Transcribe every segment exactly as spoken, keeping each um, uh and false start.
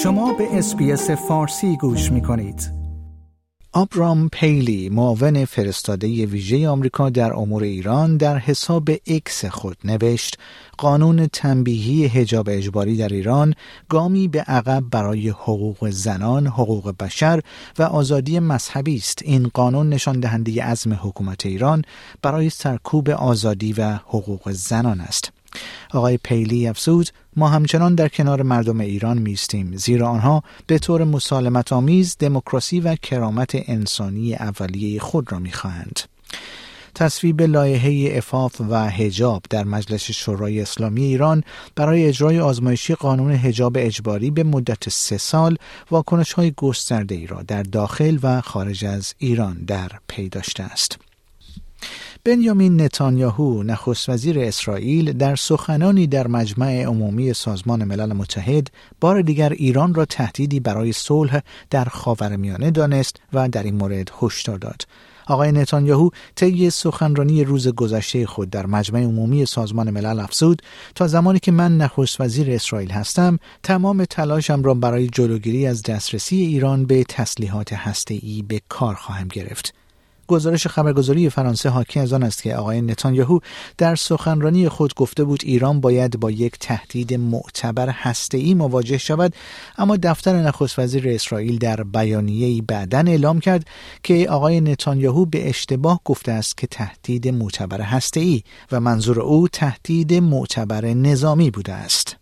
شما به اس‌بی‌اس فارسی گوش می‌کنید. آبرام پیلی، معاون فرستاده ویژه آمریکا در امور ایران، در حساب اکس خود نوشت: قانون تنبیهی حجاب اجباری در ایران گامی به عقب برای حقوق زنان، حقوق بشر و آزادی مذهبی است. این قانون نشان دهنده عزم حکومت ایران برای سرکوب آزادی و حقوق زنان است. آقای پیلی افزود: ما همچنان در کنار مردم ایران میستیم، زیرا آنها به طور مسالمت آمیز دموکراسی و کرامت انسانی اولیه خود را میخواهند. تصویب لایحه عفاف و حجاب در مجلس شورای اسلامی ایران برای اجرای آزمایشی قانون حجاب اجباری به مدت سه سال واکنش‌های گسترده‌ای را در داخل و خارج از ایران در پی داشته است. بنیامین نتانیاهو، نخست وزیر اسرائیل، در سخنانی در مجمع عمومی سازمان ملل متحد بار دیگر ایران را تهدیدی برای صلح در خاورمیانه دانست و در این مورد هشدار داد. آقای نتانیاهو طی سخنرانی روز گذشته خود در مجمع عمومی سازمان ملل افزود: تا زمانی که من نخست وزیر اسرائیل هستم، تمام تلاشم را برای جلوگیری از دسترسی ایران به تسلیحات هسته‌ای به کار خواهم گرفت. گزارش خبرگزاری فرانسه حاکی از آن است که آقای نتانیاهو در سخنرانی خود گفته بود ایران باید با یک تهدید معتبر هسته‌ای مواجه شود، اما دفتر نخست وزیر اسرائیل در بیانیه‌ای بعداً اعلام کرد که آقای نتانیاهو به اشتباه گفته است که تهدید معتبر هسته‌ای و منظور او تهدید معتبر نظامی بوده است.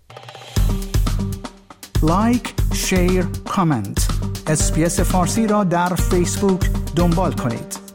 لایک، شیر، کامنت. اس‌بی‌اس فارسی را در فیسبوک دنبال کنید.